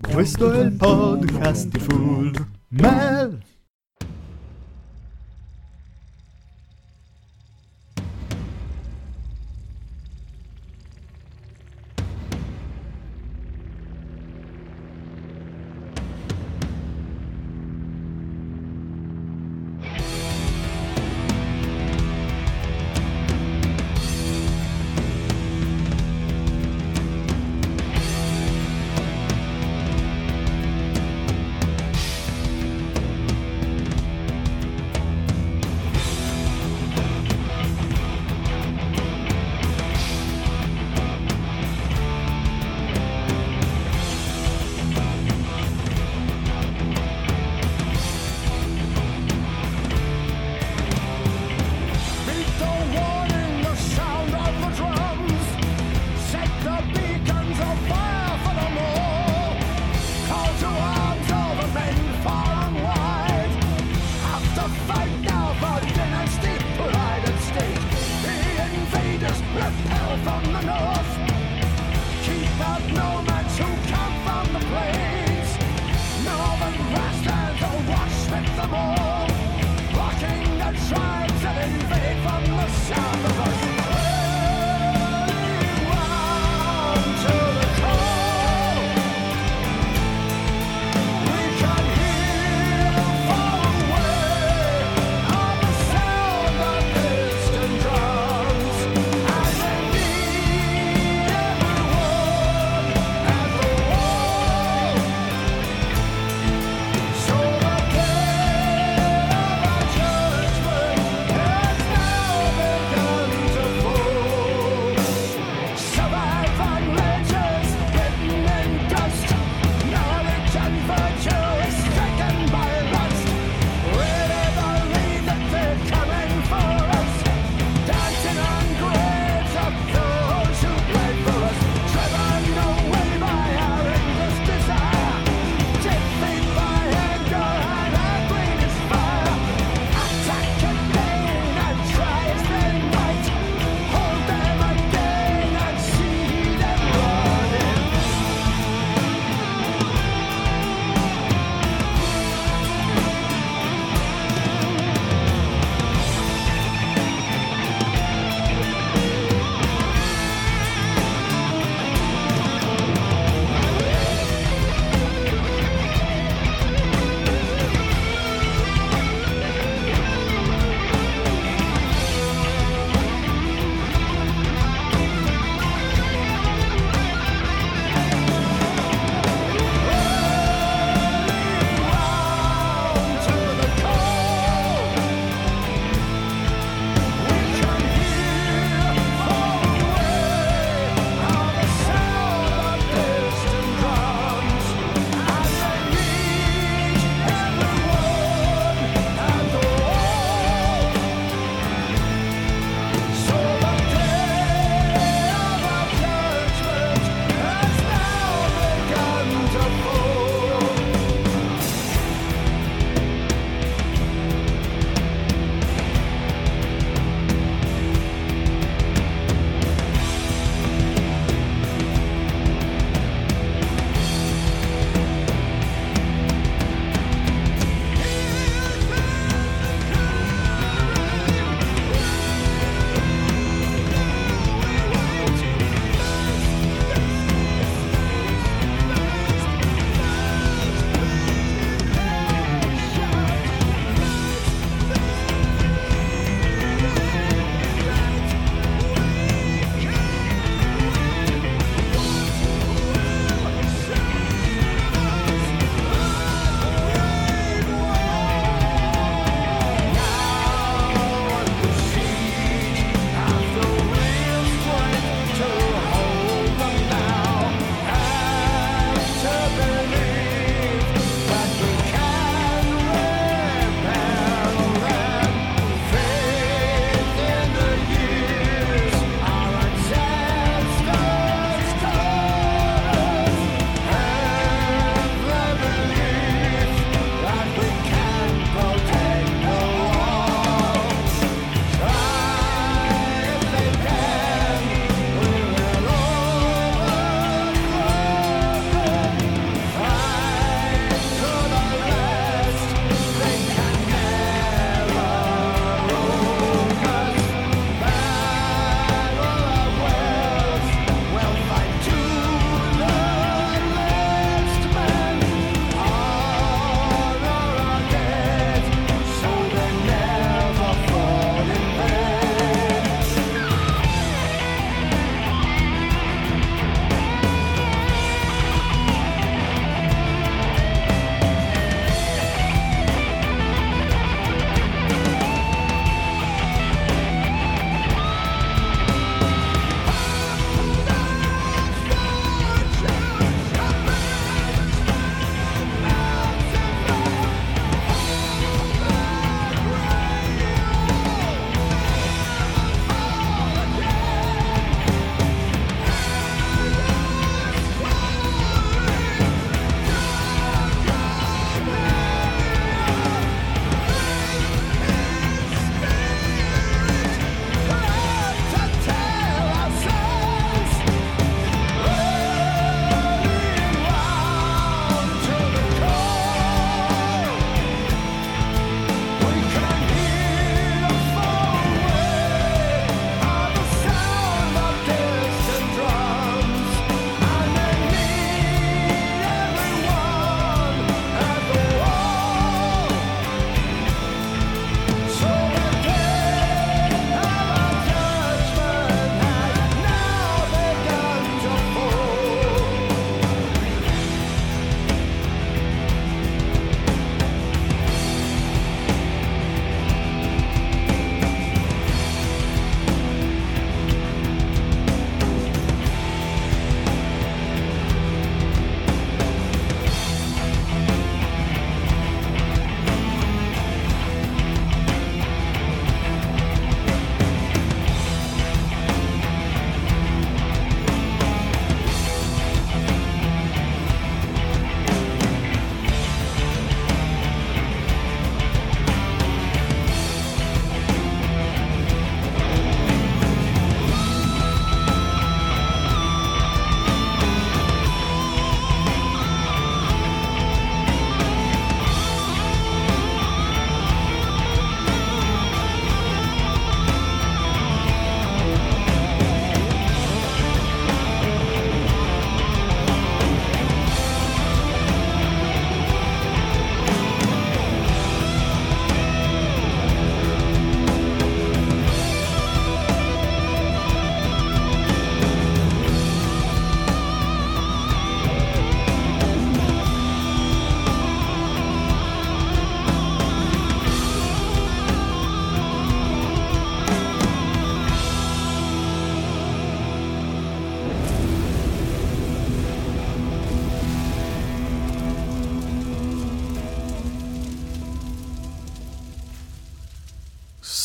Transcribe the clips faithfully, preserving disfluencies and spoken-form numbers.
Questo è il podcast di Full Mel.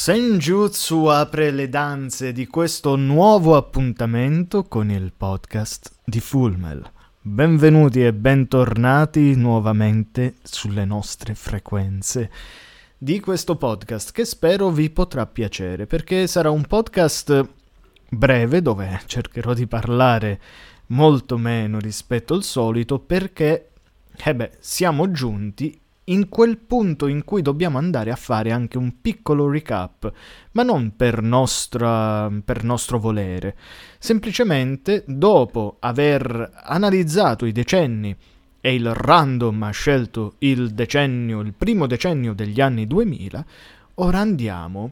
Senjutsu apre le danze di questo nuovo appuntamento con il podcast di Fullmetal. Benvenuti e bentornati nuovamente sulle nostre frequenze di questo podcast, che spero vi potrà piacere, perché sarà un podcast breve dove cercherò di parlare molto meno rispetto al solito, perché eh beh, siamo giunti in quel punto in cui dobbiamo andare a fare anche un piccolo recap, ma non per nostra, per nostro volere, semplicemente dopo aver analizzato i decenni e il random ha scelto il decennio, il primo decennio degli anni duemila, ora andiamo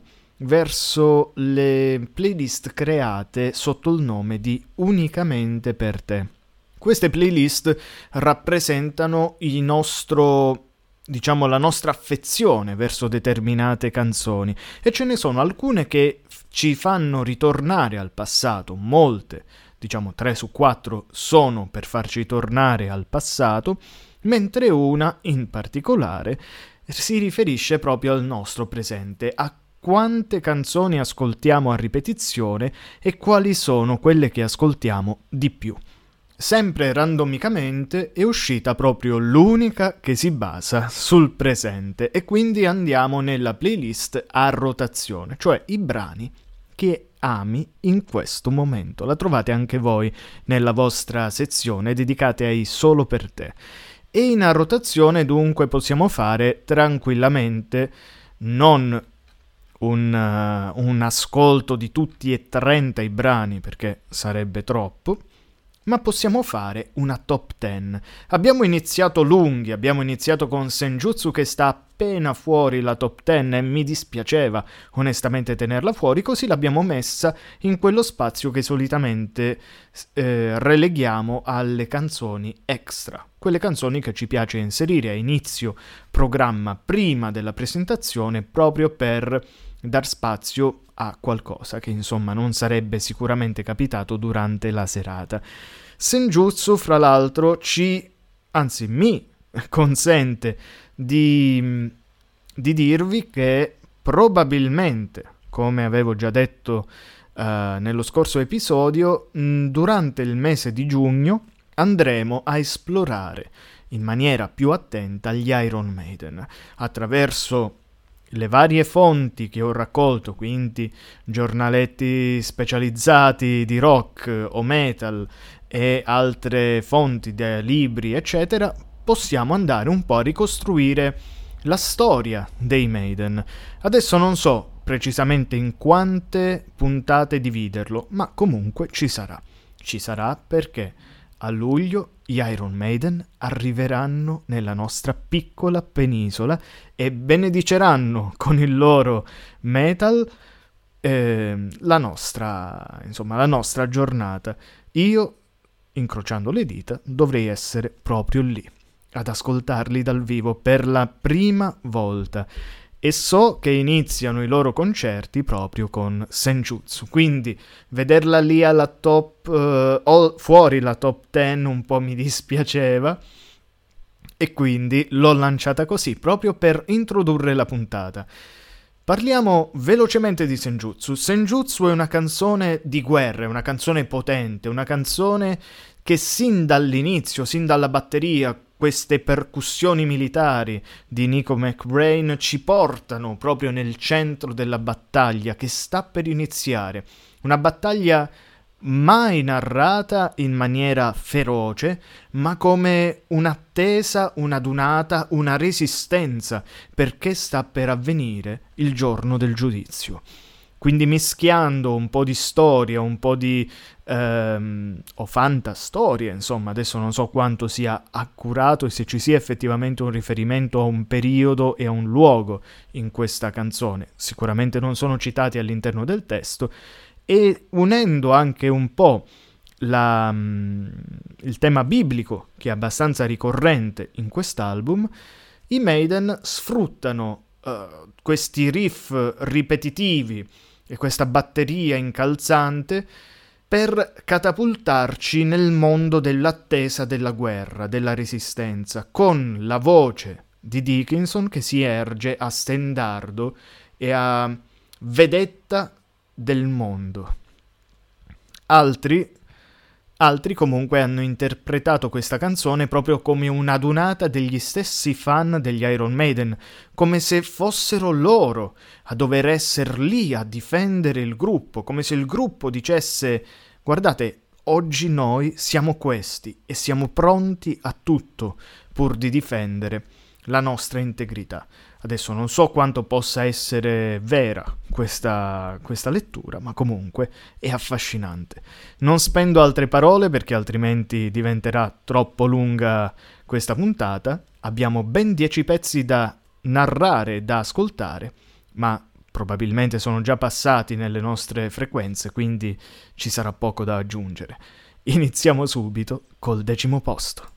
verso le playlist create sotto il nome di Unicamente per te. Queste playlist rappresentano il nostro, diciamo, la nostra affezione verso determinate canzoni, e ce ne sono alcune che ci fanno ritornare al passato, molte, diciamo tre su quattro sono per farci tornare al passato, mentre una in particolare si riferisce proprio al nostro presente, a quante canzoni ascoltiamo a ripetizione e quali sono quelle che ascoltiamo di più. Sempre randomicamente è uscita proprio l'unica che si basa sul presente, e quindi andiamo nella playlist a rotazione, cioè i brani che ami in questo momento. La trovate anche voi nella vostra sezione dedicate ai solo per te. E in rotazione dunque possiamo fare tranquillamente non un, uh, un ascolto di tutti e trenta i brani, perché sarebbe troppo, ma possiamo fare una top dieci. Abbiamo iniziato lunghi, abbiamo iniziato con Senjutsu che sta appena fuori la top dieci e mi dispiaceva onestamente tenerla fuori, così l'abbiamo messa in quello spazio che solitamente eh, releghiamo alle canzoni extra, quelle canzoni che ci piace inserire a inizio programma, prima della presentazione, proprio per dar spazio a qualcosa che insomma non sarebbe sicuramente capitato durante la serata. Senjutsu, fra l'altro, ci, anzi mi consente di, di dirvi che probabilmente, come avevo già detto uh, nello scorso episodio, mh, durante il mese di giugno andremo a esplorare in maniera più attenta gli Iron Maiden attraverso le varie fonti che ho raccolto, quindi giornaletti specializzati di rock o metal e altre fonti, de libri eccetera. Possiamo andare un po' a ricostruire la storia dei Maiden. Adesso non so precisamente in quante puntate dividerlo, ma comunque ci sarà. Ci sarà perché a luglio gli Iron Maiden arriveranno nella nostra piccola penisola e benediceranno con il loro metal eh, la nostra, insomma, la nostra giornata. Io, incrociando le dita, dovrei essere proprio lì ad ascoltarli dal vivo per la prima volta, e so che iniziano i loro concerti proprio con Senjutsu, quindi vederla lì alla top, uh, o fuori la top dieci un po' mi dispiaceva, e quindi l'ho lanciata così, proprio per introdurre la puntata. Parliamo velocemente di Senjutsu. Senjutsu è una canzone di guerra, è una canzone potente, una canzone che sin dall'inizio, sin dalla batteria, queste percussioni militari di Nico McBrain ci portano proprio nel centro della battaglia che sta per iniziare. Una battaglia mai narrata in maniera feroce, ma come un'attesa, un'adunata, una resistenza, perché sta per avvenire il giorno del giudizio. Quindi mischiando un po' di storia, un po' di ehm, o fantastorie, insomma, adesso non so quanto sia accurato e se ci sia effettivamente un riferimento a un periodo e a un luogo in questa canzone. Sicuramente non sono citati all'interno del testo, e unendo anche un po' la, um, il tema biblico, che è abbastanza ricorrente in quest'album, i Maiden sfruttano uh, questi riff ripetitivi e questa batteria incalzante per catapultarci nel mondo dell'attesa della guerra, della resistenza, con la voce di Dickinson che si erge a stendardo e a vedetta del mondo. Altri, altri comunque hanno interpretato questa canzone proprio come un'adunata degli stessi fan degli Iron Maiden, come se fossero loro a dover essere lì a difendere il gruppo, come se il gruppo dicesse: guardate, oggi noi siamo questi e siamo pronti a tutto pur di difendere la nostra integrità. Adesso non so quanto possa essere vera questa, questa lettura, ma comunque è affascinante. Non spendo altre parole perché altrimenti diventerà troppo lunga questa puntata. Abbiamo ben dieci pezzi da narrare e da ascoltare, ma probabilmente sono già passati nelle nostre frequenze, quindi ci sarà poco da aggiungere. Iniziamo subito col decimo posto.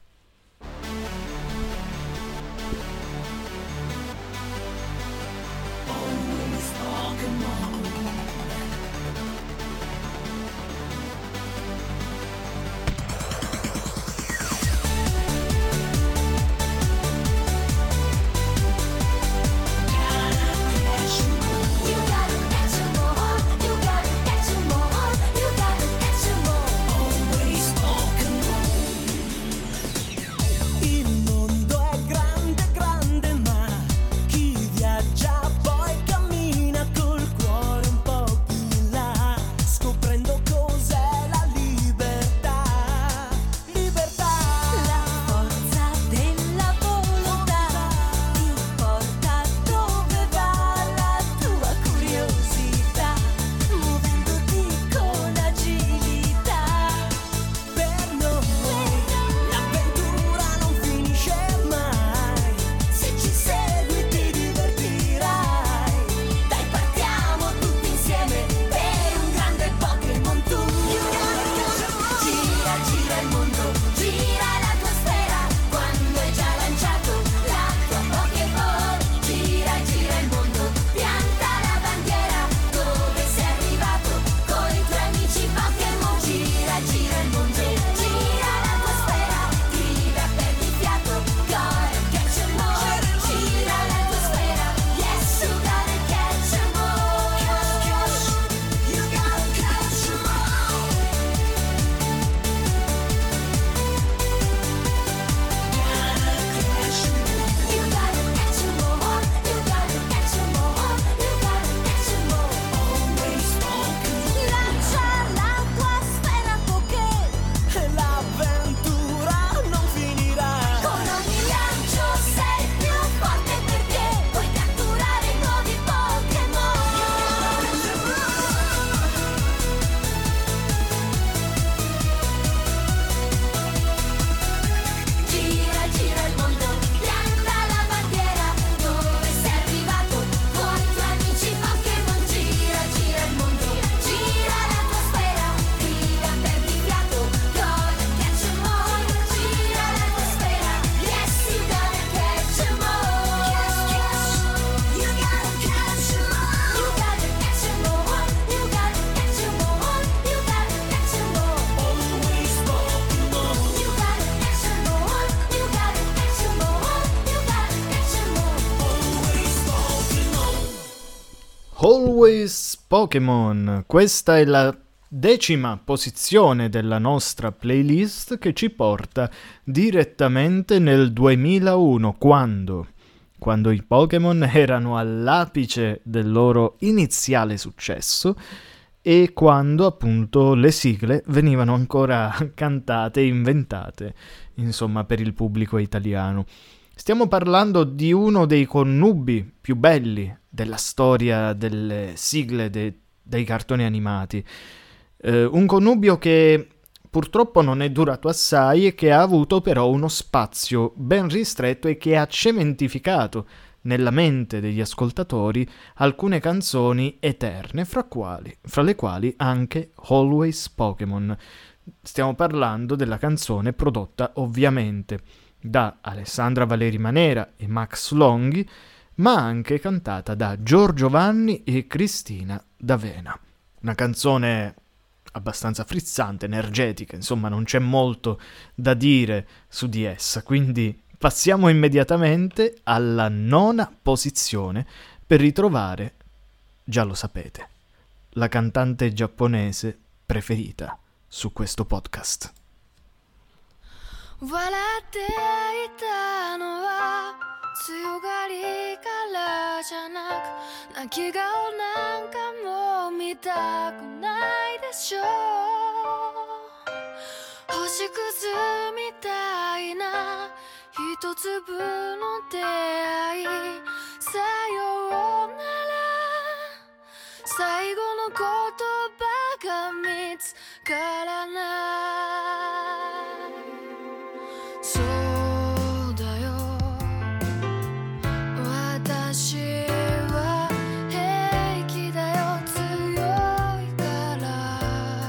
Always Pokémon, questa è la decima posizione della nostra playlist che ci porta direttamente nel duemilauno, quando, quando i Pokémon erano all'apice del loro iniziale successo e quando appunto le sigle venivano ancora cantate e inventate, insomma, per il pubblico italiano. Stiamo parlando di uno dei connubi più belli della storia delle sigle de- dei cartoni animati. Eh, un connubio che purtroppo non è durato assai e che ha avuto però uno spazio ben ristretto e che ha cementificato nella mente degli ascoltatori alcune canzoni eterne, fra, quali, fra le quali anche Always Pokémon. Stiamo parlando della canzone prodotta ovviamente da Alessandra Valeri Manera e Max Longhi, ma anche cantata da Giorgio Vanni e Cristina D'Avena. Una canzone abbastanza frizzante, energetica, insomma non c'è molto da dire su di essa, quindi passiamo immediatamente alla nona posizione per ritrovare già lo sapete, la cantante giapponese preferita su questo podcast. 笑っていたのは強がりからじゃなく泣き顔なんかも見たくないでしょう星屑みたいな一粒の出会いさようなら最後の言葉が見つからないそうだよ私は平気だよ強いから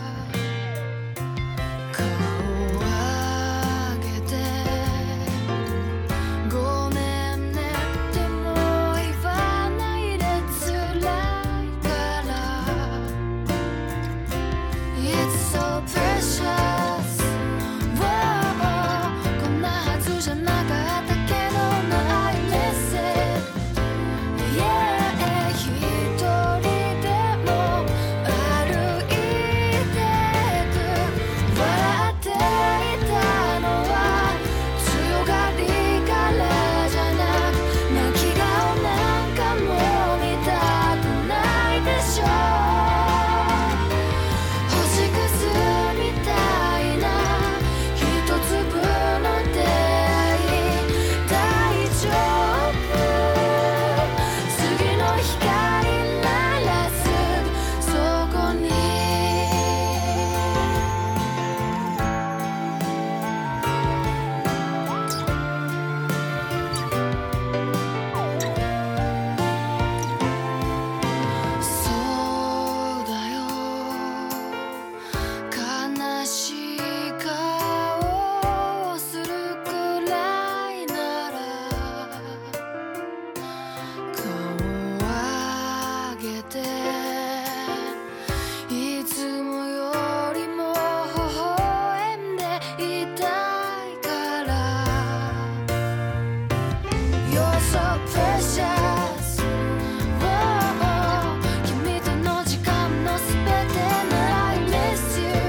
顔上げてごめんねっても言わないで辛いから It's so preciousこんなはずじゃなかったけどな I miss it Yeah 一人でも歩いてく笑っていたのは強がりからじゃなく泣き顔なんかも見たくないでしょ星屑みたいな一粒の出会い大丈夫次の光ならすぐそこにそうだよ悲しい顔をするくらいなら顔上げていつもよりも微笑んでいたいから You're so precious君との時間のすべてな I miss you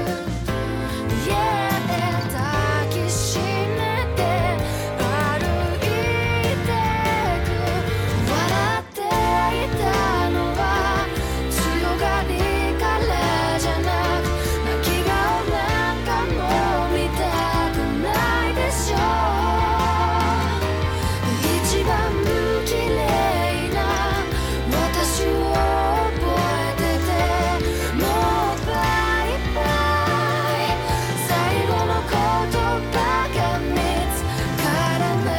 Yeah 抱きしめて歩いてく笑っていたのは強がりからじゃなく泣き顔なんかも見たくないでしょ一番綺麗な私を覚えててもうバイバイ最後の言葉が見つからない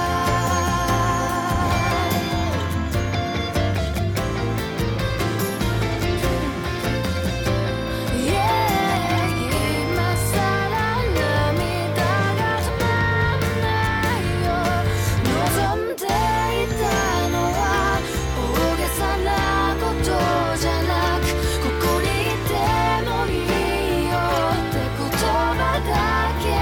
Yeah 今さら涙が止まんないよ望んでいたのは大げさなことじゃなくここにいてもいいよって言葉だけ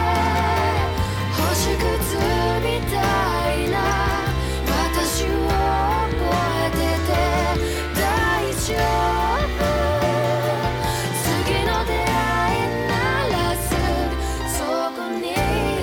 星屑みたいな私を覚えてて大丈夫次の出会いならすぐそこに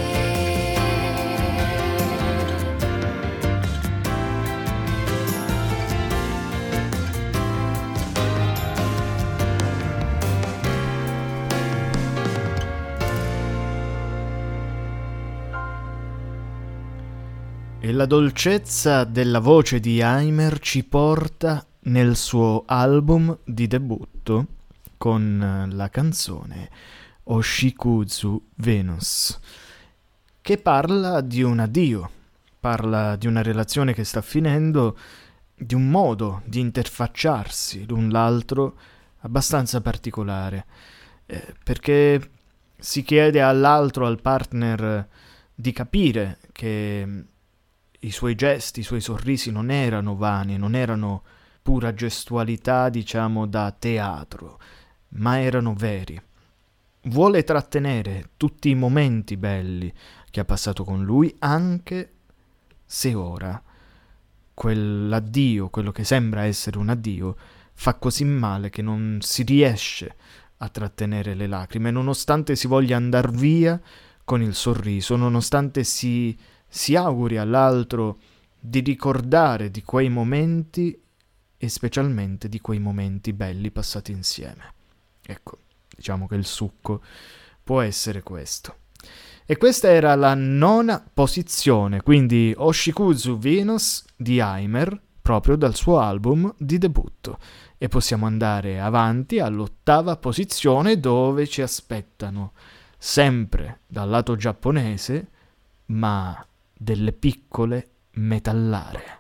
E la dolcezza della voce di Aimer ci porta nel suo album di debutto con la canzone Oshikuzu Venus, che parla di un addio, parla di una relazione che sta finendo, di un modo di interfacciarsi l'un l'altro abbastanza particolare, eh, perché si chiede all'altro, al partner, di capire che i suoi gesti, i suoi sorrisi non erano vani, non erano pura gestualità, diciamo, da teatro, ma erano veri. Vuole trattenere tutti i momenti belli che ha passato con lui, anche se ora quell'addio, quello che sembra essere un addio, fa così male che non si riesce a trattenere le lacrime, nonostante si voglia andar via con il sorriso, nonostante si, si auguri all'altro di ricordare di quei momenti e specialmente di quei momenti belli passati insieme. Ecco, diciamo che il succo può essere questo. E questa era la nona posizione, quindi Oshikuzu Venus di Aimer, proprio dal suo album di debutto. E possiamo andare avanti all'ottava posizione, dove ci aspettano, sempre dal lato giapponese, ma delle piccole metallare.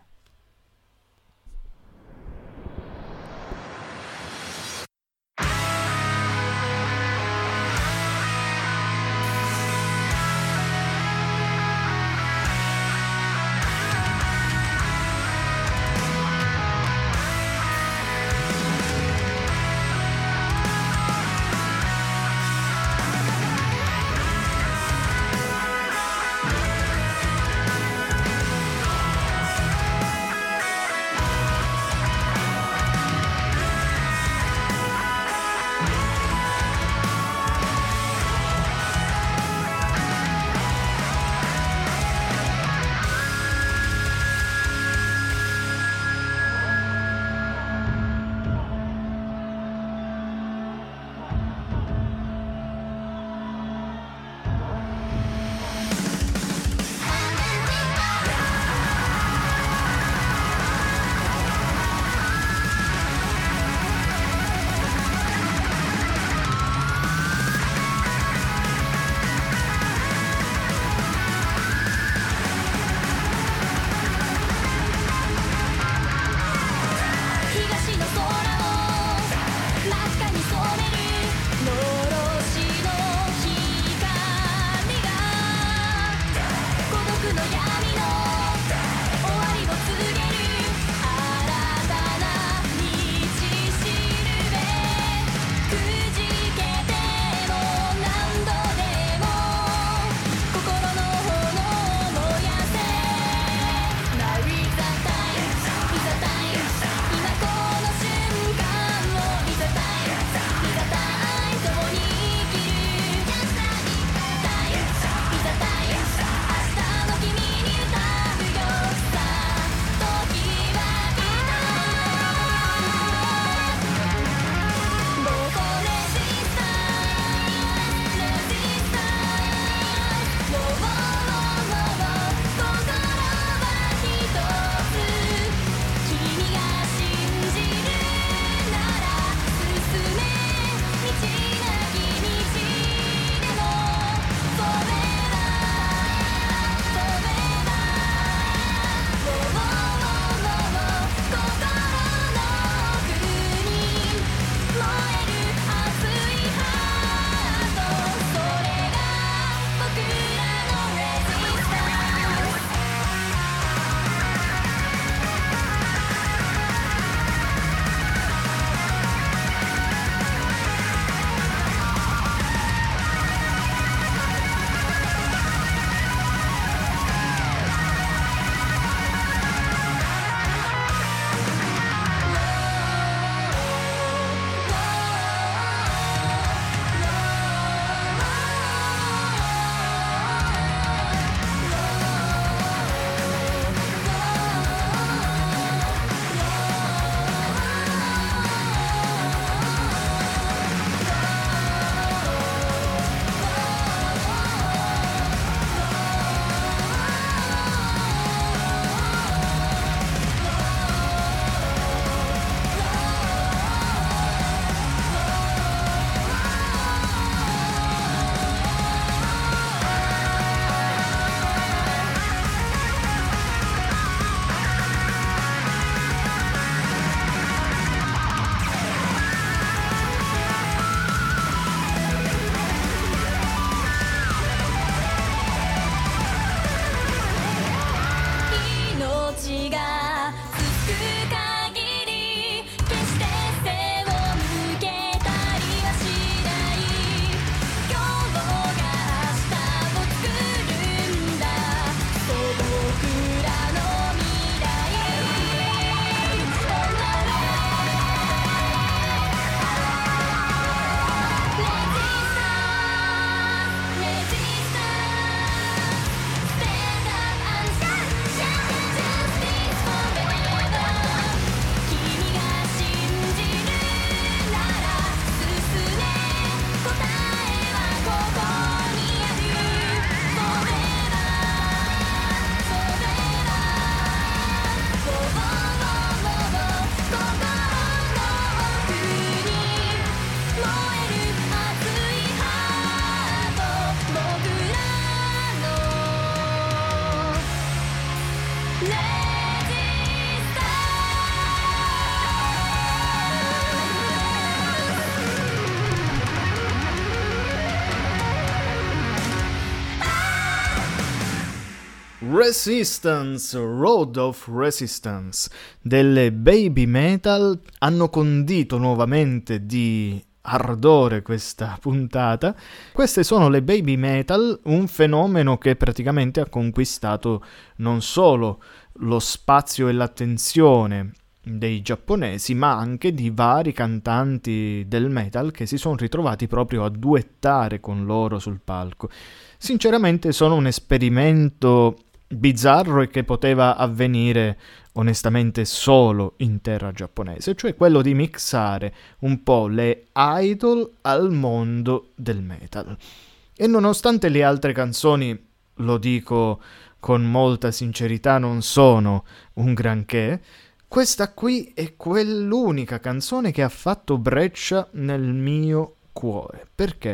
Resistance, Road of Resistance delle Baby Metal hanno condito nuovamente di ardore questa puntata. Queste sono le Baby Metal, un fenomeno che praticamente ha conquistato non solo lo spazio e l'attenzione dei giapponesi, ma anche di vari cantanti del metal che si sono ritrovati proprio a duettare con loro sul palco. Sinceramente sono un esperimento bizzarro e che poteva avvenire onestamente solo in terra giapponese, cioè quello di mixare un po' le idol al mondo del metal. E nonostante le altre canzoni, lo dico con molta sincerità, non sono un granché, questa qui è quell'unica canzone che ha fatto breccia nel mio cuore. Perché?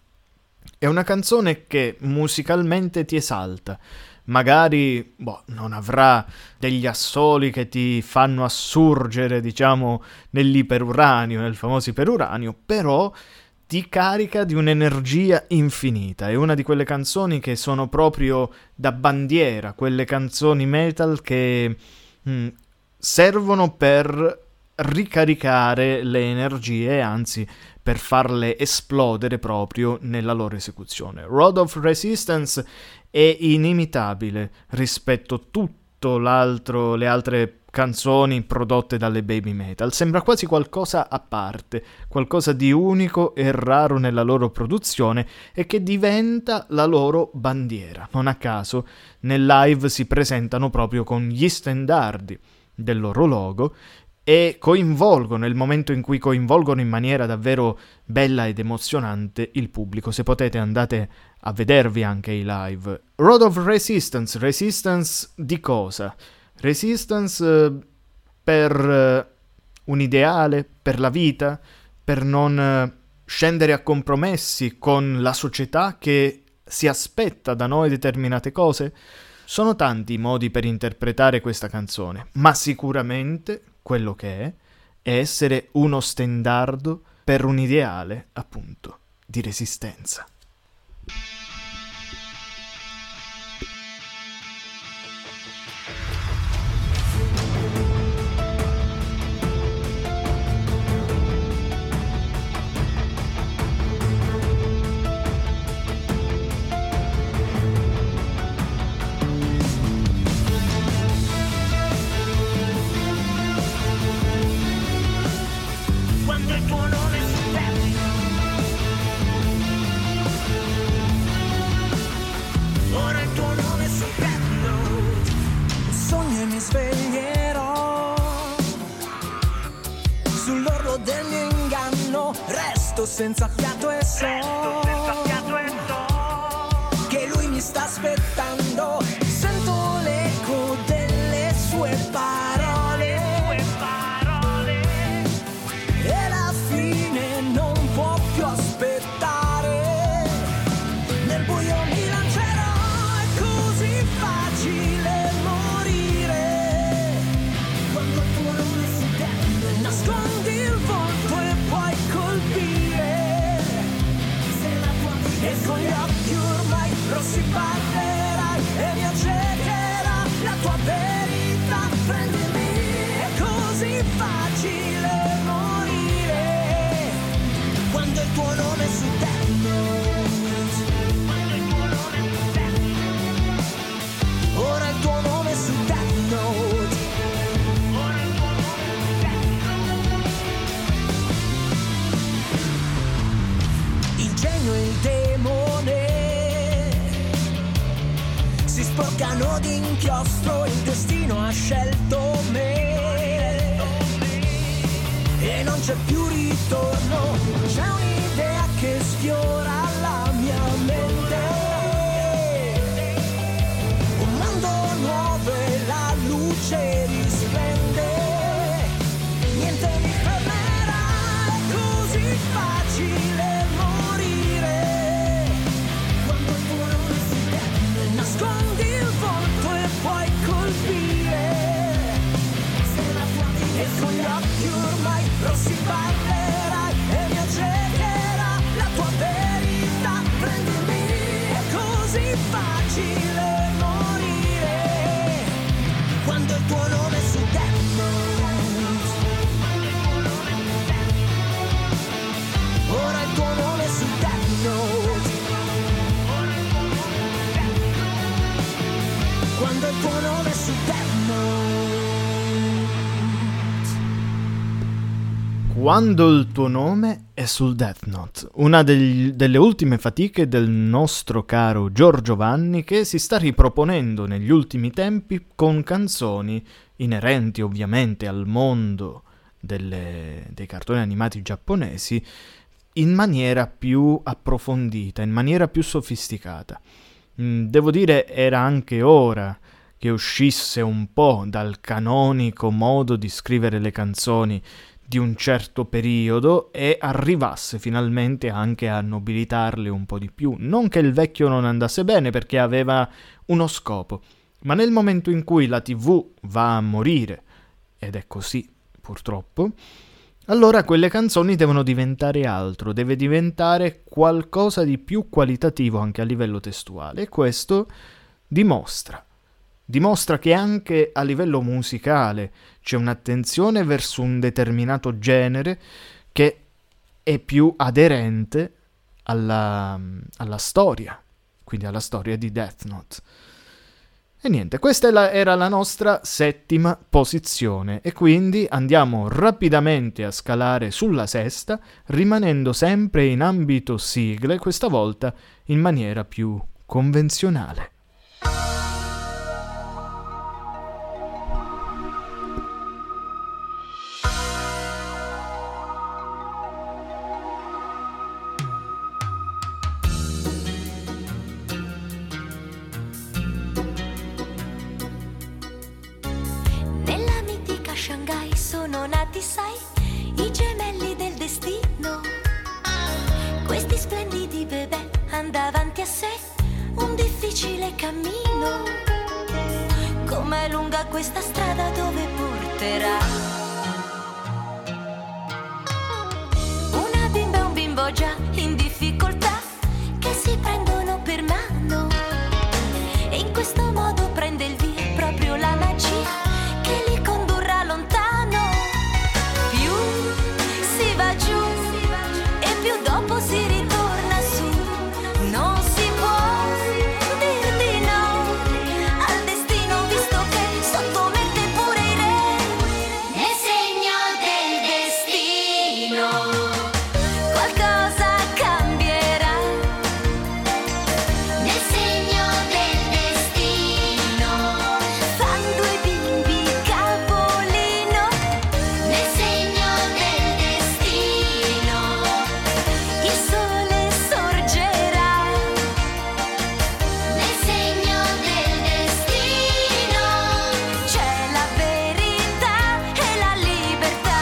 È una canzone che musicalmente ti esalta. Magari boh, non avrà degli assoli che ti fanno assurgere, diciamo, nell'iperuranio, nel famoso iperuranio, però ti carica di un'energia infinita. È una di quelle canzoni che sono proprio da bandiera, quelle canzoni metal che mh, servono per ricaricare le energie, anzi per farle esplodere proprio nella loro esecuzione. Road of Resistance è inimitabile rispetto a tutto l'altro, le altre canzoni prodotte dalle Baby Metal. Sembra quasi qualcosa a parte, qualcosa di unico e raro nella loro produzione e che diventa la loro bandiera. Non a caso nel live si presentano proprio con gli stendardi del loro logo e coinvolgono, nel momento in cui coinvolgono in maniera davvero bella ed emozionante il pubblico. Se potete andate a vedervi anche i live. Road of Resistance, Resistance di cosa? Resistance eh, per eh, un ideale, per la vita, per non eh, scendere a compromessi con la società che si aspetta da noi determinate cose. Sono tanti i modi per interpretare questa canzone, ma sicuramente quello che è, è essere uno stendardo per un ideale, appunto, di resistenza. Senza fiato e so che lui mi sta aspettando. Sento l'eco delle sue parole e la fine non può più aspettare. Nel buio mi lancerò, è così facile morire. Quando il tuo nome si tende, nascondi il volto e puoi colpire. E con gli occhi ormai rossi parlerai e mi accecherà la tua verità. Prendimi, è così facile morire. Quando il tuo nome su Death Note, quando il tuo nome su Death Note, ora il tuo nome su Death Note, ora il tuo nome su Death Note. Il genio e il demone si sporcano d'inchiostro, il destino ha scelto me e non c'è più ritorno. C'è un'idea che sfiora la mia mente, un mondo nuovo e la luce risplende. Niente mi fermerà, è così facile morire. Quando il tuo nome si tende, nascondi il volto e puoi colpire. facile morire quando il tuo nome è su Death Note. Ora il tuo nome è su Death Note. Quando il tuo nome è su Death Note. Quando il tuo nome è sul Death Note, una degli- delle ultime fatiche del nostro caro Giorgio Vanni, che si sta riproponendo negli ultimi tempi con canzoni inerenti ovviamente al mondo delle- dei cartoni animati giapponesi in maniera più approfondita, in maniera più sofisticata. Mm, devo dire, era anche ora che uscisse un po' dal canonico modo di scrivere le canzoni di un certo periodo e arrivasse finalmente anche a nobilitarle un po' di più. Non che il vecchio non andasse bene, perché aveva uno scopo, ma nel momento in cui la tivù va a morire, ed è così purtroppo, allora quelle canzoni devono diventare altro, deve diventare qualcosa di più qualitativo anche a livello testuale, e questo dimostra dimostra che anche a livello musicale c'è un'attenzione verso un determinato genere che è più aderente alla, alla storia, quindi alla storia di Death Note. E niente, questa è la, era la nostra settima posizione, e quindi andiamo rapidamente a scalare sulla sesta, rimanendo sempre in ambito sigle, questa volta in maniera più convenzionale. Nella mitica Shanghai sono nati, sai, i gemelli del destino. Questi splendidi bebè han davanti a sé un difficile cammino. Com'è lunga questa strada, dove porterà? Una bimba e un bimbo già in difficoltà, che si prendono per mano, e in questo modo prende il via proprio la magia che li condurrà lontano. Più si va giù e più dopo si ritorna su. Non si può dir di no al destino, visto che sottomette pure i re. Nel segno del destino qualcosa cambierà. Nel segno del destino fan due bimbi capolino. Nel segno del destino il sole sorgerà. Nel segno del destino c'è la verità e la libertà.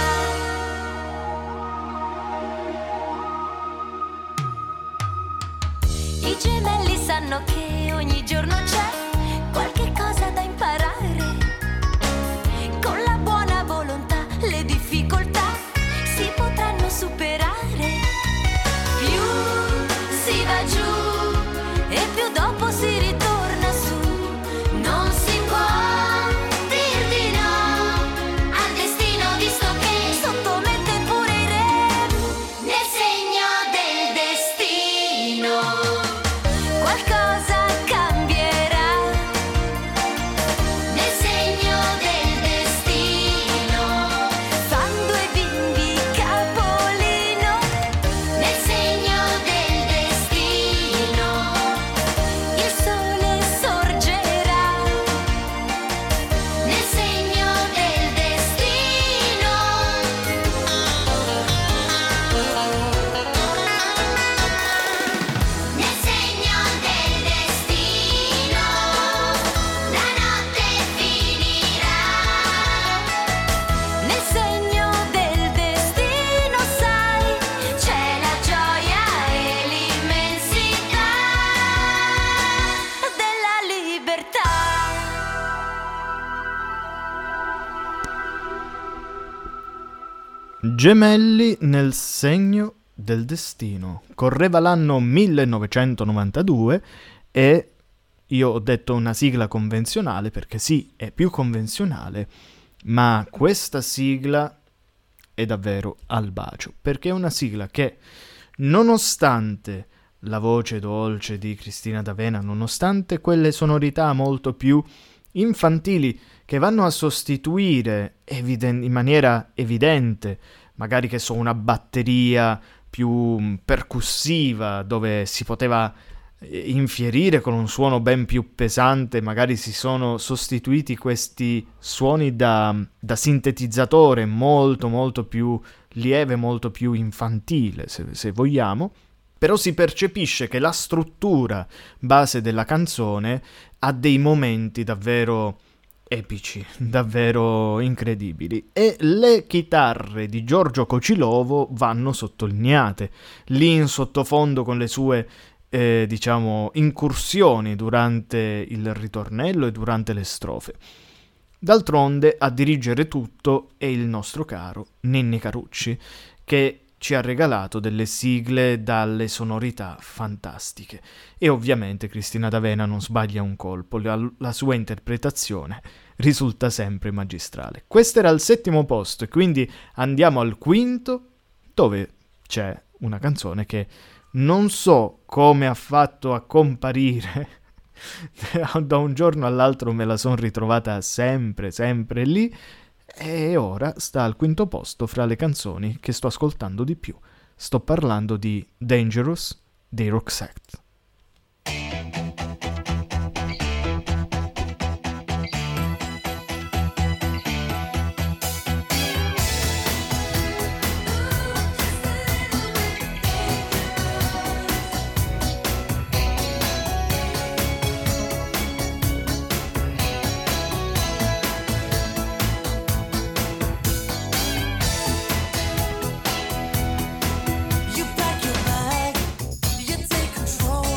I gemelli sanno che ogni giorno c'è qualche cosa da imparare. Con la buona volontà le difficoltà si potranno superare. Più si va giù e più dopo si ritorna su. Non si può dir di no al destino, visto che sottomette pure i re. Nel segno del destino qualcosa cambierà. Nel segno del destino fan due bimbi capolino. Nel segno del destino il sole sorgerà. Nel segno del destino. Nel segno del destino la notte finirà. Nel segno del destino, sai, c'è la gioia e l'immensità della libertà. Gemelli nel segno del destino. Correva l'anno millenovecentonovantadue e Io ho detto una sigla convenzionale perché sì, è più convenzionale, ma questa sigla è davvero al bacio, perché è una sigla che, nonostante la voce dolce di Cristina D'Avena, nonostante quelle sonorità molto più infantili che vanno a sostituire eviden- in maniera evidente, magari che so, una batteria più percussiva, dove si poteva infierire con un suono ben più pesante, magari si sono sostituiti questi suoni da, da sintetizzatore molto molto più lieve, molto più infantile, se, se vogliamo, però si percepisce che la struttura base della canzone ha dei momenti davvero epici, davvero incredibili, e le chitarre di Giorgio Cocilovo vanno sottolineate, lì in sottofondo con le sue Eh, diciamo incursioni durante il ritornello e durante le strofe. D'altronde a dirigere tutto è il nostro caro Ninni Carucci, che ci ha regalato delle sigle dalle sonorità fantastiche, e ovviamente Cristina D'Avena non sbaglia un colpo, la, la sua interpretazione risulta sempre magistrale. Questo era il settimo posto, e quindi andiamo al quinto, dove c'è una canzone che non so come ha fatto a comparire, da un giorno all'altro me la sono ritrovata sempre, sempre lì, e ora sta al quinto posto fra le canzoni che sto ascoltando di più. Sto parlando di Dangerous dei Roxette. You pack your bag, you take control.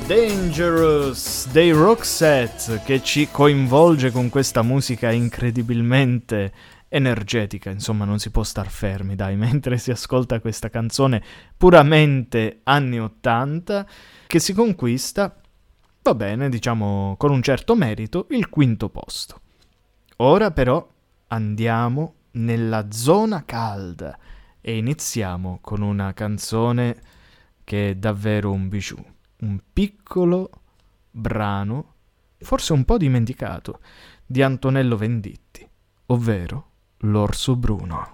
Dangerous dei Roxette, che ci coinvolge con questa musica incredibilmente energetica. Insomma, non si può star fermi, dai, mentre si ascolta questa canzone puramente anni ottanta, che si conquista, va bene, diciamo con un certo merito, il quinto posto. Ora però andiamo nella zona calda e iniziamo con una canzone che è davvero un bijou, un piccolo brano, forse un po' dimenticato, di Antonello Venditti, ovvero L'Orso Bruno.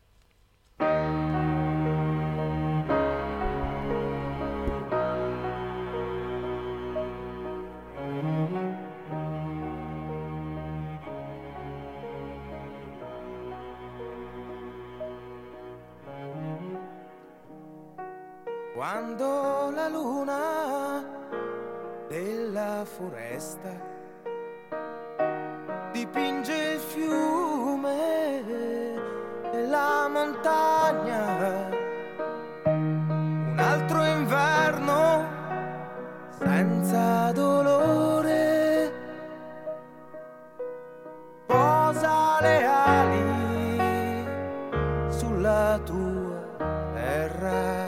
Quando la luna della foresta dipinge il fiume e la montagna, un altro inverno senza dolore posa le ali sulla tua terra.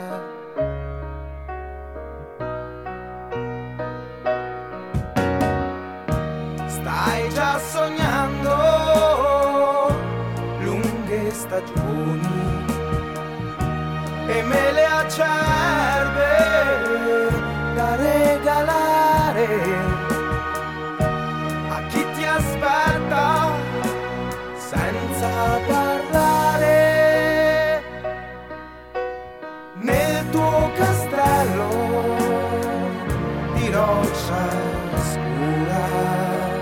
Stai già sognando lunghe stagioni e mele acerbe da regalare a chi ti aspetta senza parlare nel tuo castello di roccia scura.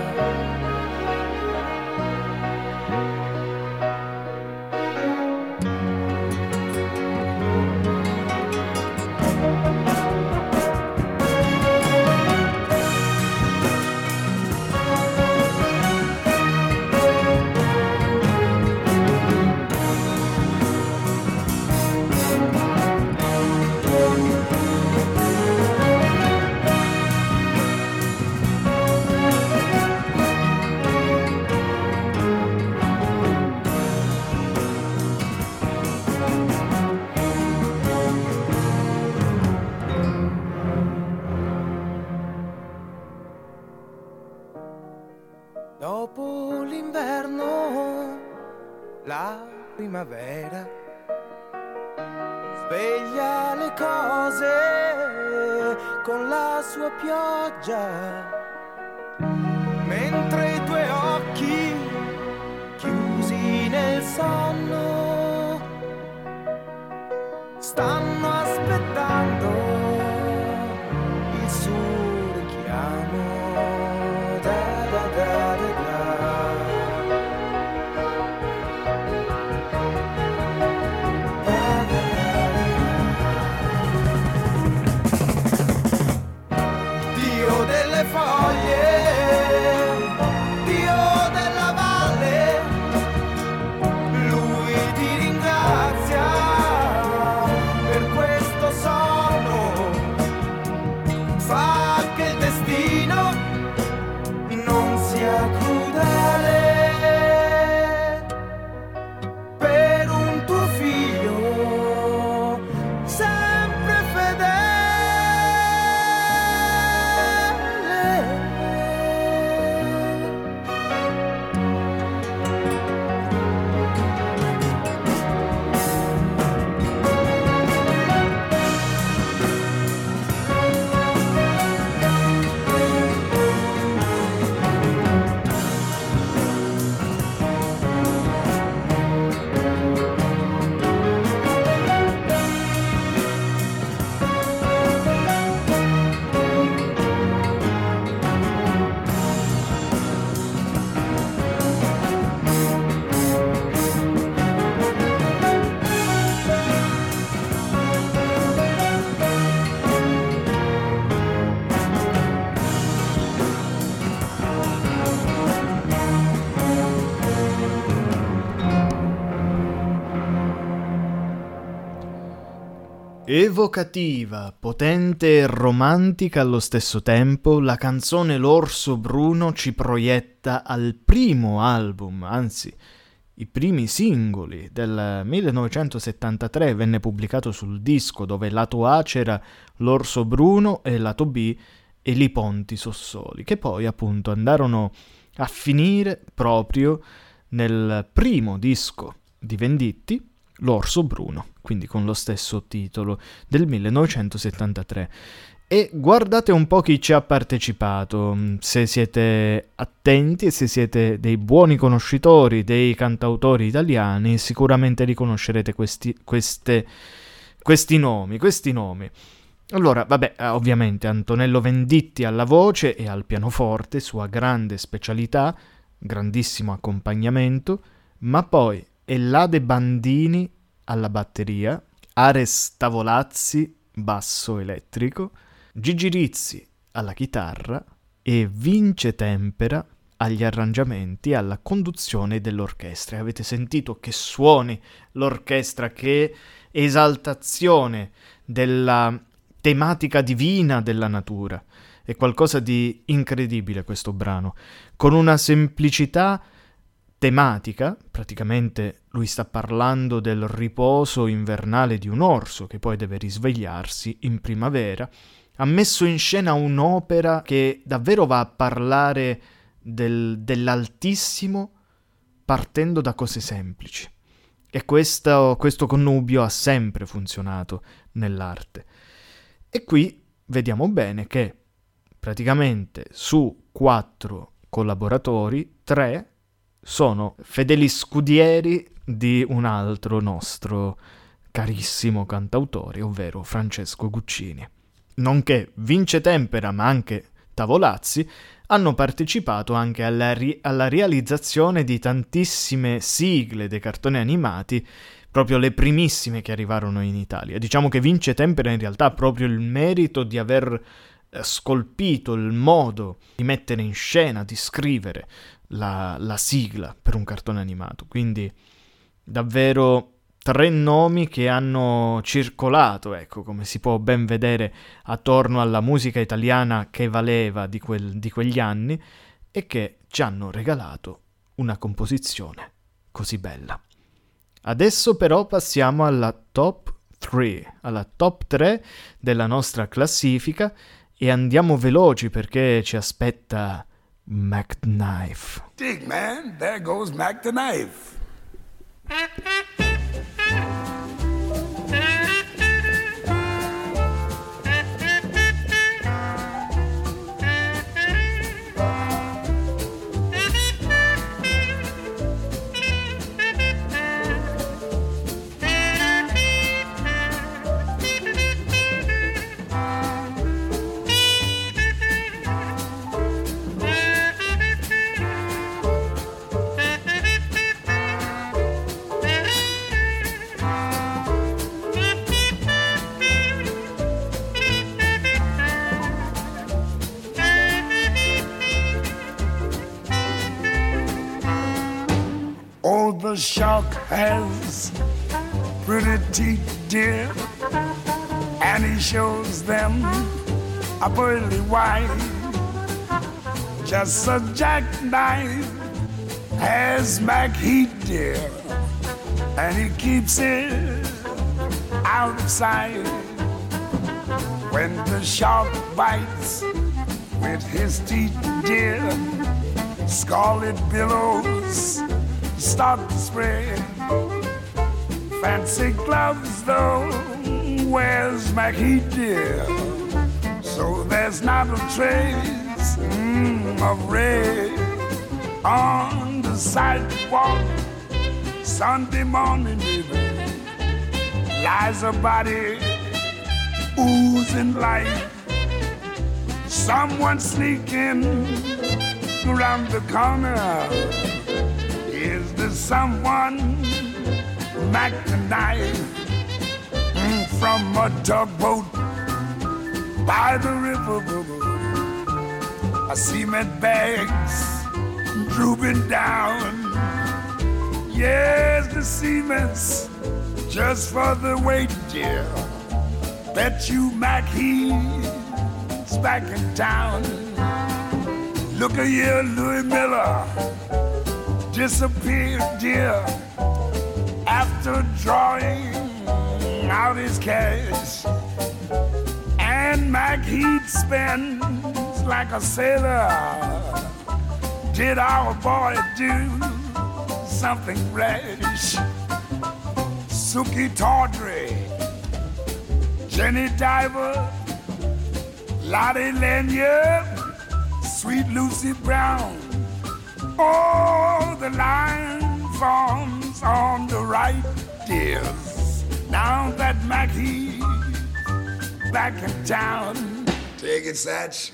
Dopo l'inverno, la primavera sveglia le cose con la sua pioggia, mentre i tuoi occhi chiusi nel sonno stanno aspettando il suo richiamo. Da da da da da. Dio delle foglie, Dio della valle, lui Evocativa, potente e romantica allo stesso tempo, la canzone L'Orso Bruno ci proietta al primo album, anzi, i primi singoli del millenovecentosettantatré. Venne pubblicato sul disco dove lato A c'era L'Orso Bruno e lato B Eli Ponti Sossoli, che poi appunto andarono a finire proprio nel primo disco di Venditti, L'Orso Bruno, quindi con lo stesso titolo del millenovecentosettantatré. E guardate un po' chi ci ha partecipato, se siete attenti e se siete dei buoni conoscitori dei cantautori italiani sicuramente riconoscerete questi, queste, questi nomi, questi nomi. Allora, vabbè, ovviamente Antonello Venditti alla voce e al pianoforte, sua grande specialità, grandissimo accompagnamento, ma poi Ellade Bandini alla batteria, Ares Tavolazzi, basso elettrico, Gigi Rizzi alla chitarra e Vince Tempera agli arrangiamenti e alla conduzione dell'orchestra. Avete sentito che suoni l'orchestra, che esaltazione della tematica divina della natura. È qualcosa di incredibile questo brano, con una semplicità tematica. Praticamente lui sta parlando del riposo invernale di un orso che poi deve risvegliarsi in primavera. Ha messo in scena un'opera che davvero va a parlare del, dell'altissimo partendo da cose semplici. E questo, questo connubio ha sempre funzionato nell'arte. E qui vediamo bene che praticamente su quattro collaboratori, tre sono fedeli scudieri di un altro nostro carissimo cantautore, ovvero Francesco Guccini. Nonché Vince Tempera, ma anche Tavolazzi, hanno partecipato anche alla, ri- alla realizzazione di tantissime sigle dei cartoni animati, proprio le primissime che arrivarono in Italia. Diciamo che Vince Tempera in realtà ha proprio il merito di aver scolpito il modo di mettere in scena, di scrivere la, la sigla per un cartone animato. Quindi davvero tre nomi che hanno circolato, ecco, come si può ben vedere, attorno alla musica italiana che valeva di, quel, di quegli anni e che ci hanno regalato una composizione così bella. Adesso però passiamo alla top tre, alla top tre della nostra classifica, e andiamo veloci perché ci aspetta Mac the Knife. Dig, man, there goes Mac the Knife. The shark has pretty teeth, dear, and he shows them a pearly white. Just a jackknife has Mac Heat, dear, and he keeps it out of sight. When the shark bites with his teeth, dear, scarlet billows start to spread. Fancy gloves though wears Mac Heat, dear, so there's not a trace mm, of red on the sidewalk. Sunday morning, baby, lies a body oozing life. Someone sneaking around the corner. Is there someone Mac the Knife mm, from a tugboat by the river? I see cement bags drooping down. Yes, the cement's just for the weight, dear. Bet you Mac he's back in town. Look at here, Louis Miller disappeared, dear, after drawing out his cash. And Mac Heat spends like a sailor. Did our boy do something rash? Suki Tawdry, Jenny Diver, Lottie Lanyard, Sweet Lucy Brown. Oh, the line forms on the right, dears. Now that Mackie's back in town. Take it, Satch.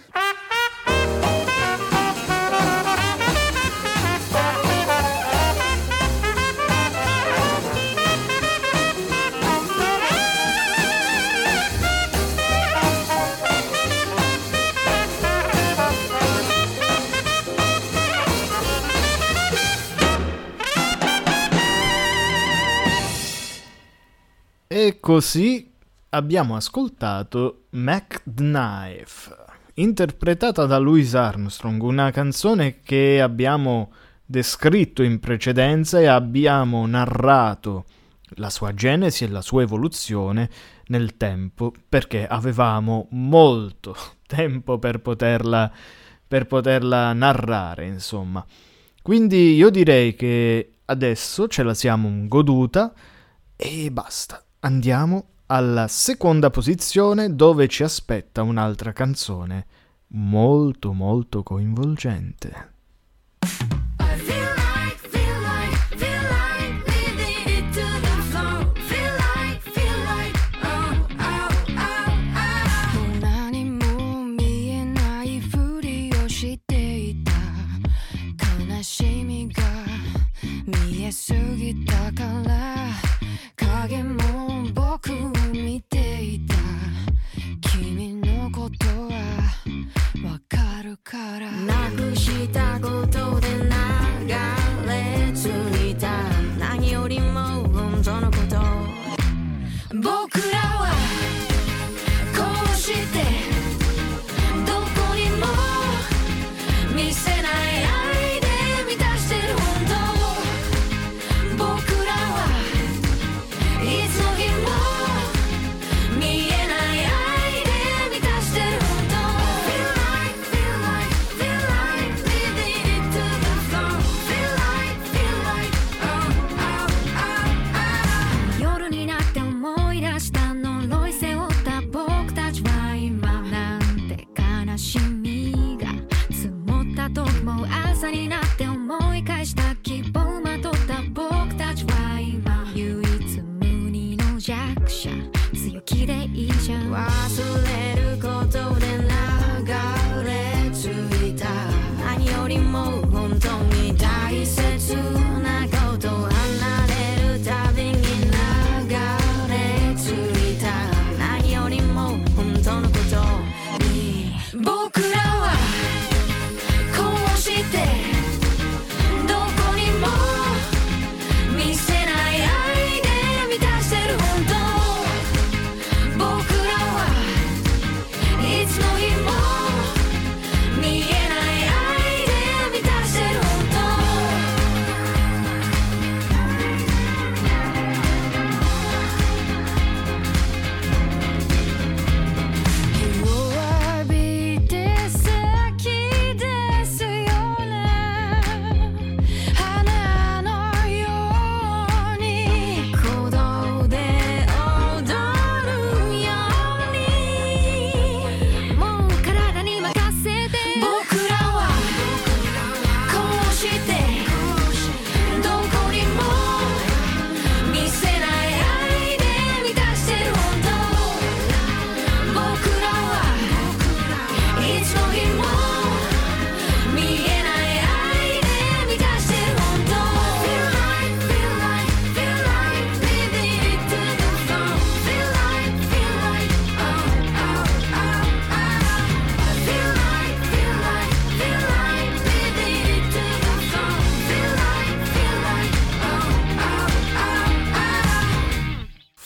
E così abbiamo ascoltato Mac the Knife, interpretata da Louis Armstrong, una canzone che abbiamo descritto in precedenza e abbiamo narrato la sua genesi e la sua evoluzione nel tempo, perché avevamo molto tempo per poterla, per poterla narrare, insomma. Quindi io direi che adesso ce la siamo goduta e basta. Andiamo alla seconda posizione, dove ci aspetta un'altra canzone molto molto coinvolgente.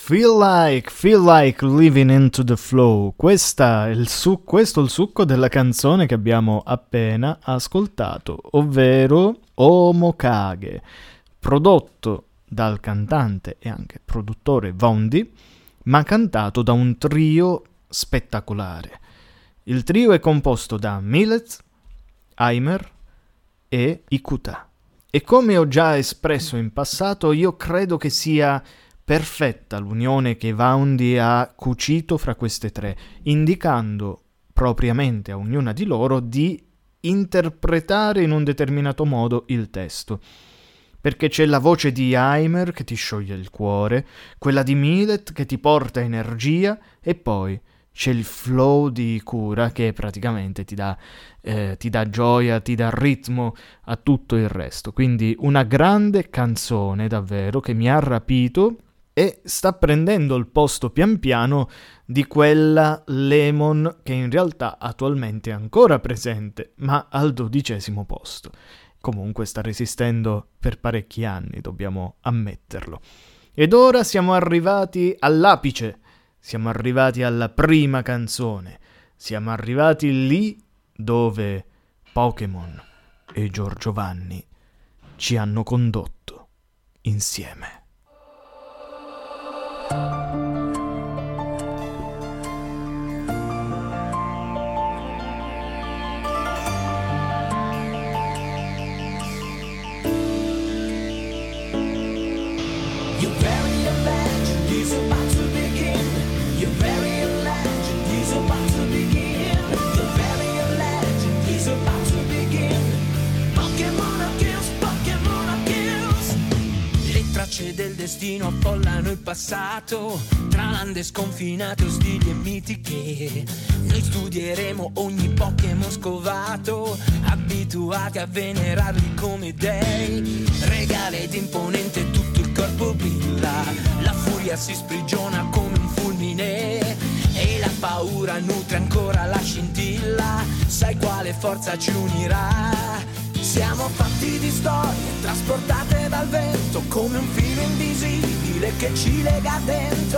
Feel like, feel like living into the flow. Questa è il su- questo è il succo della canzone che abbiamo appena ascoltato, ovvero Omokage, prodotto dal cantante e anche produttore Vondi, ma cantato da un trio spettacolare. Il trio è composto da Millet, Aimer e Ikuta. E come ho già espresso in passato, io credo che sia perfetta l'unione che Vondi ha cucito fra queste tre, indicando propriamente a ognuna di loro di interpretare in un determinato modo il testo. Perché c'è la voce di Aimer che ti scioglie il cuore, quella di Millet che ti porta energia, e poi c'è il flow di Ikura che praticamente ti dà, eh, ti dà gioia, ti dà ritmo a tutto il resto. Quindi una grande canzone davvero che mi ha rapito e sta prendendo il posto pian piano di quella Lemon che in realtà attualmente è ancora presente, ma al dodicesimo posto. Comunque sta resistendo per parecchi anni, dobbiamo ammetterlo. Ed ora siamo arrivati all'apice, siamo arrivati alla prima canzone, siamo arrivati lì dove Pokémon e Giorgio Vanni ci hanno condotto insieme. Your very legend is about to begin. Your very legend is about to begin. Your very legend is about to begin. Pokémon kills, Pokémon kills. Le tracce del destino affollano il passato, tra lande sconfinate, ostili e mitiche. Noi studieremo ogni Pokémon scovato, abituati a venerarli come dei. Regale ed imponente, tutto il corpo brilla, la furia si sprigiona come un fulmine e la paura nutre ancora la scintilla. Sai quale forza ci unirà? Siamo fatti di storie trasportate dal vento, come un filo invisibile che ci lega dentro.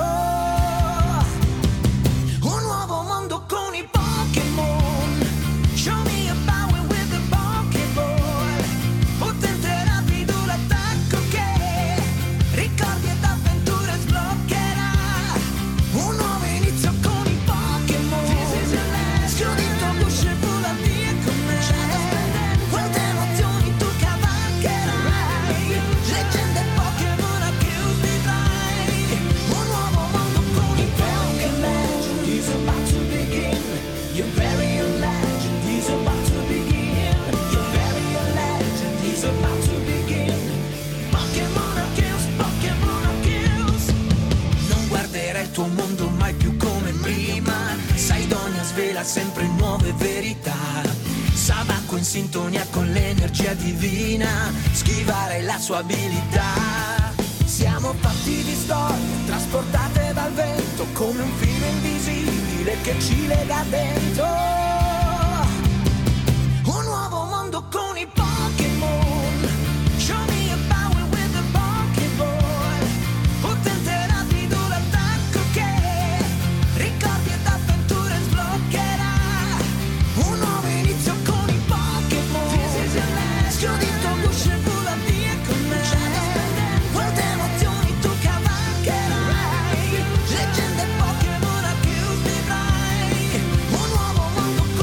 Un nuovo mondo con i Pokémon. Show me your power with the Pokéball. Potente, rapido l'attacco che ricordi ed avventure sbloccherà. Un nuovo inizio con i Pokémon. Schiudi il tuo guscio e vola via con me. Quante emozioni tu cavalcherai. Leggende Pokémon a più vivrai. Un nuovo mondo con i Pokémon is about to begin. Your very legend is about to begin. Your very legend is about to begin. Pokémon a kills, Pokémon a kills. Non guarderai il tuo mondo mai più come prima. Saidonia svela sempre nuove verità. Sabacco in sintonia con l'energia divina. Schivare la sua abilità. Siamo fatti di storie trasportate dal vento, come un filo invisibile che ci lega dentro. Un nuovo mondo con i Pokémon. Show me your power with the Pokéball. Potente, rapido l'attacco che ricordi ed avventure sbloccherà. Un nuovo inizio con i Pokémon. Schiudi il tuo guscio e vola via con me. Quante emozioni tu cavalcherai. Leggende Pokémon a più vivrai. Un nuovo mondo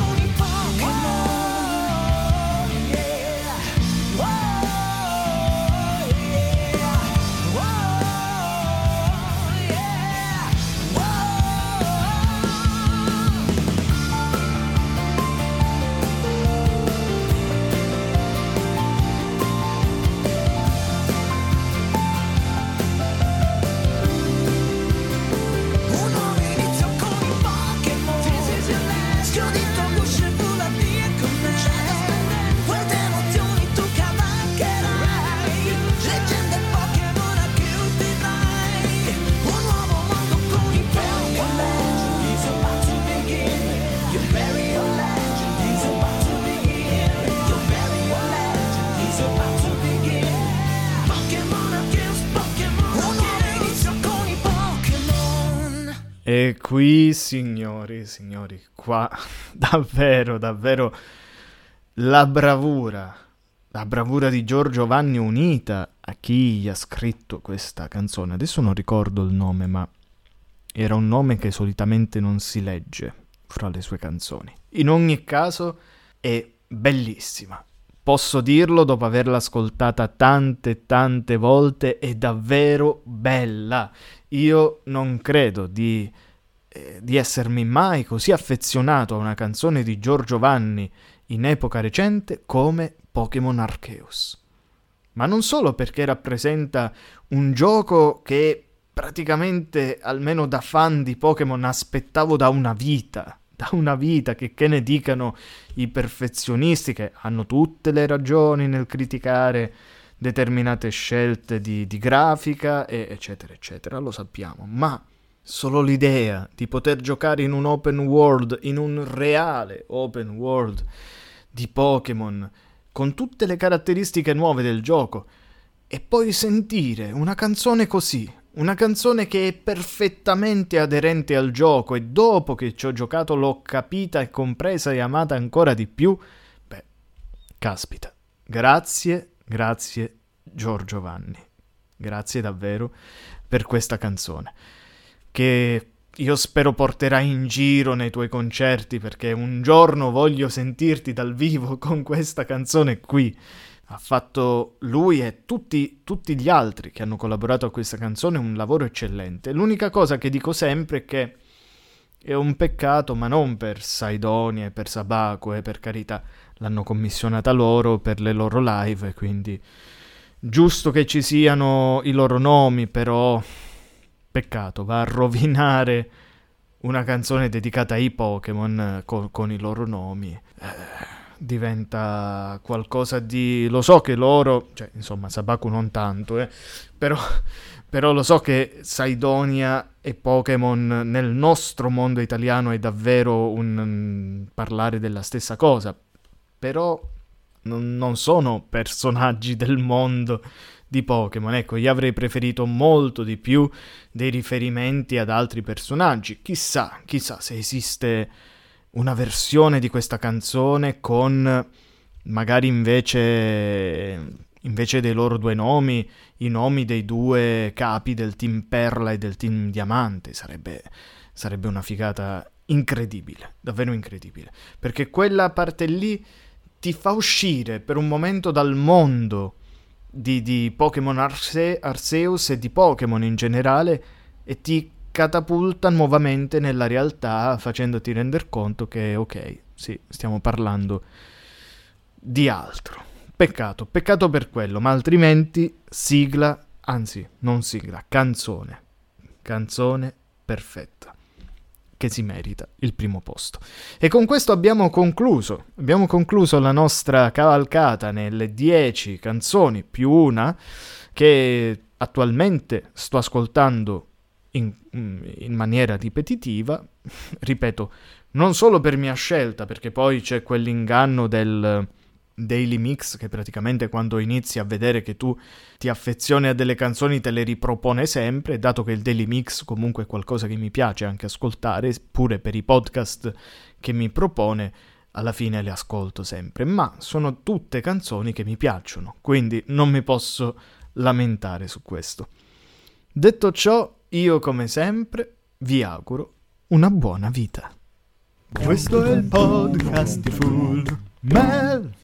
E qui, signori, signori, qua davvero, davvero la bravura, la bravura di Giorgio Vanni unita a chi gli ha scritto questa canzone. Adesso non ricordo il nome, ma era un nome che solitamente non si legge fra le sue canzoni. In ogni caso è bellissima. Posso dirlo dopo averla ascoltata tante tante volte, è davvero bella. Io non credo di, eh, di essermi mai così affezionato a una canzone di Giorgio Vanni in epoca recente come Pokémon Arceus. Ma non solo perché rappresenta un gioco che praticamente, almeno da fan di Pokémon, aspettavo da una vita. Da una vita, che, che ne dicano i perfezionisti, che hanno tutte le ragioni nel criticare determinate scelte di, di grafica, e eccetera, eccetera, lo sappiamo. Ma solo l'idea di poter giocare in un open world, in un reale open world di Pokémon, con tutte le caratteristiche nuove del gioco, e poi sentire una canzone così, una canzone che è perfettamente aderente al gioco, e dopo che ci ho giocato l'ho capita e compresa e amata ancora di più, beh, caspita, grazie, grazie Giorgio Vanni, grazie davvero per questa canzone, che io spero porterai in giro nei tuoi concerti, perché un giorno voglio sentirti dal vivo con questa canzone qui. Ha fatto lui e tutti, tutti gli altri che hanno collaborato a questa canzone un lavoro eccellente. L'unica cosa che dico sempre è che è un peccato, ma non per Saidonia e per Sabaku, e per carità, l'hanno commissionata loro per le loro live, e quindi giusto che ci siano i loro nomi, però peccato, va a rovinare una canzone dedicata ai Pokémon con, con i loro nomi. Eh, diventa qualcosa di... Lo so che loro, cioè insomma Sabaku non tanto, eh, però, però lo so che Saidonia e Pokémon nel nostro mondo italiano è davvero un um, parlare della stessa cosa, però non, non sono personaggi del mondo di Pokémon. Ecco, io avrei preferito molto di più dei riferimenti ad altri personaggi. Chissà, chissà se esiste una versione di questa canzone con magari invece invece dei loro due nomi, i nomi dei due capi del team Perla e del team Diamante. Sarebbe, sarebbe una figata incredibile, davvero incredibile, perché quella parte lì ti fa uscire per un momento dal mondo di, di Pokémon Arce- Arceus e di Pokémon in generale, e ti catapulta nuovamente nella realtà, facendoti render conto che ok, sì, stiamo parlando di altro. Peccato, peccato per quello, ma altrimenti sigla, anzi non sigla, canzone, canzone perfetta, che si merita il primo posto. E con questo abbiamo concluso, abbiamo concluso la nostra cavalcata nelle dieci canzoni più una che attualmente sto ascoltando In, in maniera ripetitiva, ripeto, non solo per mia scelta, perché poi c'è quell'inganno del daily mix che praticamente quando inizi a vedere che tu ti affezioni a delle canzoni te le ripropone sempre, dato che il daily mix comunque è qualcosa che mi piace anche ascoltare, pure per i podcast che mi propone, alla fine le ascolto sempre, ma sono tutte canzoni che mi piacciono, quindi non mi posso lamentare su questo. Detto ciò, io come sempre vi auguro una buona vita. Questo è il podcast di Full Mel.